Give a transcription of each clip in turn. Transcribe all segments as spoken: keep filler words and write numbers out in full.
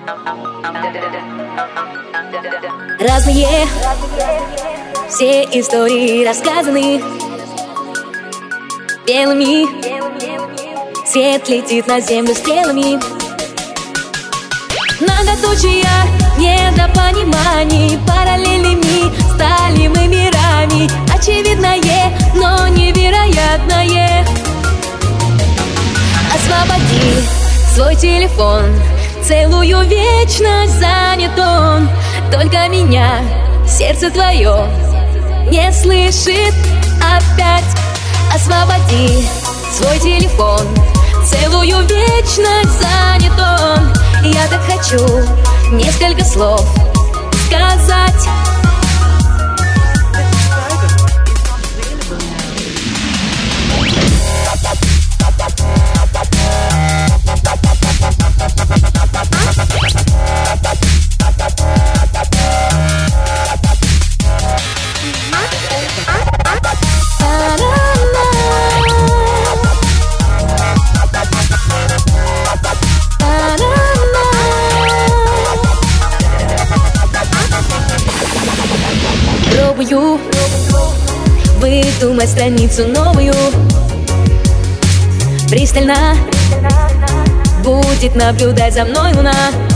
Разные все истории рассказаны белыми. Свет летит на землю стрелами. Многоточия недопониманий, параллельными стали мы мирами. Очевидное, но невероятное. Освободи свой телефон, целую вечность занят он. Только меня сердце твое не слышит опять. Освободи свой телефон, целую вечность занят он. Я так хочу несколько слов сказать. Пробую выдумать страницу новую. Пристально будет наблюдать за мной луна.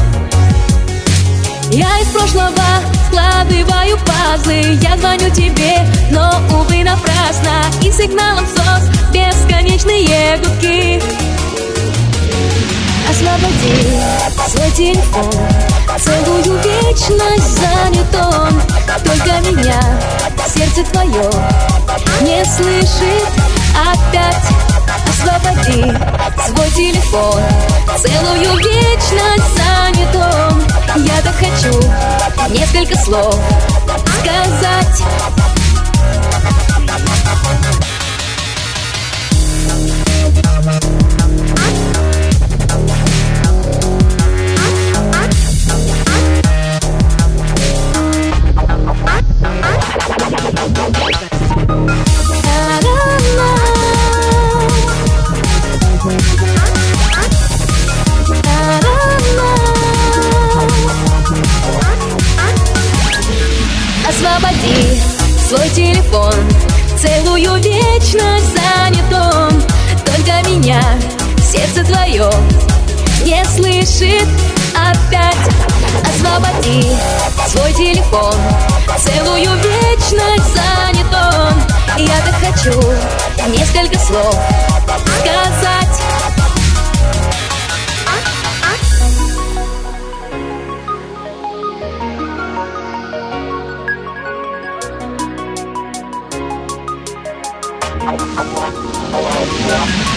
Я из прошлого складываю пазлы. Я звоню тебе, но, увы, напрасно. И сигналом СОС бесконечные гудки. Освободи свой телефон, целую вечность занят он. Только меня сердце твое не слышит опять. Освободи свой телефон, целую вечность занят он. Я так хочу несколько слов сказать. Освободи свой телефон, целую вечность занят он. Только меня сердце твое не слышит опять. Освободи свой телефон, целую вечность занят он. Я так хочу несколько слов сказать. Yeah.